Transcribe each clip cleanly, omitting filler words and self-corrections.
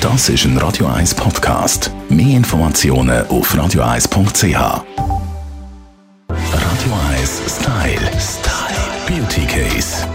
Das ist ein Radio 1 Podcast. Mehr Informationen auf radio1.ch. Radio 1 Style. Beauty Case.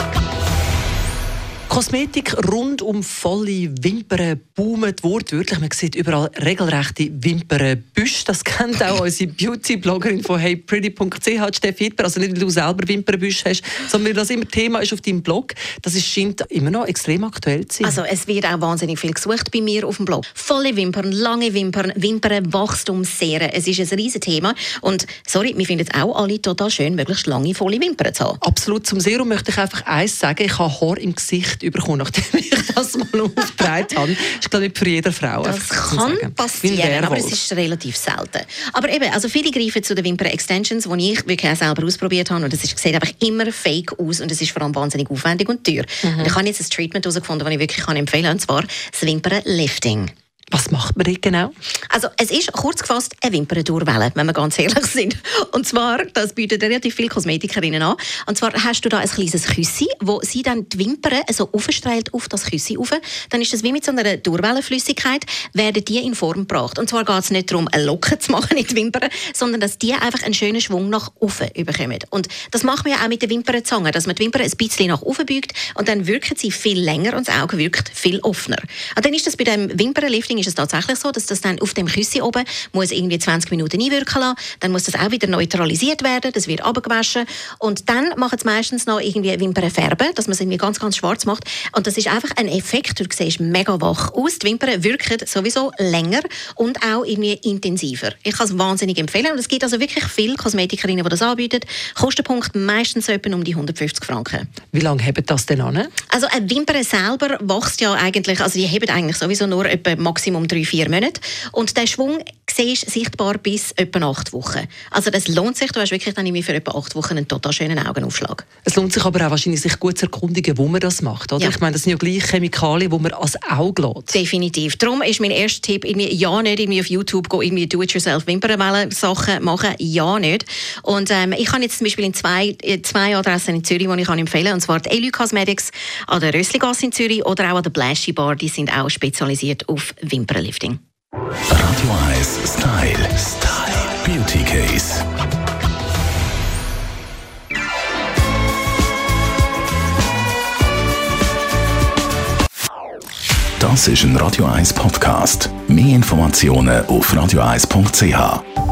Kosmetik rund um volle Wimpern boomt wortwörtlich. Man sieht überall regelrechte Wimpernbüsche. Das kennt auch unsere Beauty-Bloggerin von heypretty.ch, Steffi Hitler. Also nicht, weil du selber Wimpernbüsche hast, sondern weil das immer Thema ist auf deinem Blog. Das scheint immer noch extrem aktuell zu sein. Also es wird auch wahnsinnig viel gesucht bei mir auf dem Blog. Volle Wimpern, lange Wimpern, Wimpernwachstumsserien. Es ist ein riesen Thema. Und sorry, wir finden es auch alle total schön, möglichst lange volle Wimpern zu haben. Absolut. Zum Serum möchte ich einfach eins sagen. Ich habe Haar im Gesicht bekommen, nachdem ich das mal aufgetragen habe. Das ist, glaube ich, nicht für jede Frau. Das kann passieren, aber es ist relativ selten. Aber eben, also viele greifen zu den Wimpern-Extensions, die ich wirklich auch selber ausprobiert habe, und es sieht einfach immer fake aus und es ist vor allem wahnsinnig aufwendig und teuer. Und ich habe jetzt ein Treatment herausgefunden, das ich wirklich empfehlen kann, und zwar das Wimpernlifting. Was macht man genau? Also es ist kurz gefasst eine Wimpernturwelle, wenn wir ganz ehrlich sind. Und zwar, das bieten relativ viele Kosmetikerinnen an. Und zwar hast du da ein kleines Küssi, wo sie dann die Wimpern so aufstrahlt auf das Küssi rauf. Dann ist das wie mit so einer Turwellenflüssigkeit, werden die in Form gebracht. Und zwar geht es nicht darum, eine Locke zu machen in die Wimpern, sondern dass die einfach einen schönen Schwung nach oben bekommen. Und das machen wir ja auch mit der Wimpernzange, dass man die Wimpern ein bisschen nach oben beugt und dann wirken sie viel länger und das Auge wirkt viel offener. Und dann ist das bei dem Wimpernlifting ist es tatsächlich so, dass das dann auf dem Küssi oben muss irgendwie 20 Minuten einwirken lassen. Dann muss das auch wieder neutralisiert werden, das wird abgewaschen. Und dann machen sie meistens noch irgendwie Wimpern färben, dass man es irgendwie ganz, ganz schwarz macht. Und das ist einfach ein Effekt, du siehst mega wach aus. Die Wimpern wirken sowieso länger und auch irgendwie intensiver. Ich kann es wahnsinnig empfehlen. Und es gibt also wirklich viele Kosmetikerinnen, die das anbieten. Kostenpunkt meistens etwa um die 150 Franken. Wie lange hebt das denn an? Also eine Wimper selber wächst ja eigentlich, also die haben eigentlich sowieso nur etwa Maximum 3-4 Monate. Und der Schwung siehst sichtbar bis etwa 8 Wochen. Also das lohnt sich. Du hast wirklich dann für etwa 8 Wochen einen total schönen Augenaufschlag. Es lohnt sich aber auch wahrscheinlich, sich gut zu erkundigen, wo man das macht. Oder? Ja. Ich meine, das sind ja gleich Chemikalien, die man ans Auge lässt. Definitiv. Darum ist mein erster Tipp, ja nicht irgendwie auf YouTube irgendwie Do-it-yourself-Wimpernwellen-Sachen machen. Ja nicht. Und ich habe jetzt zum Beispiel in zwei Adressen in Zürich, die ich empfehlen kann. Und zwar die Ely Cosmetics an der Rössligasse in Zürich oder auch an der Blashy Bar. Die sind auch spezialisiert auf Wimpernlifting. Radio 1 Style. Beauty Case. Das ist ein Radio 1 Podcast. Mehr Informationen auf radio1.ch.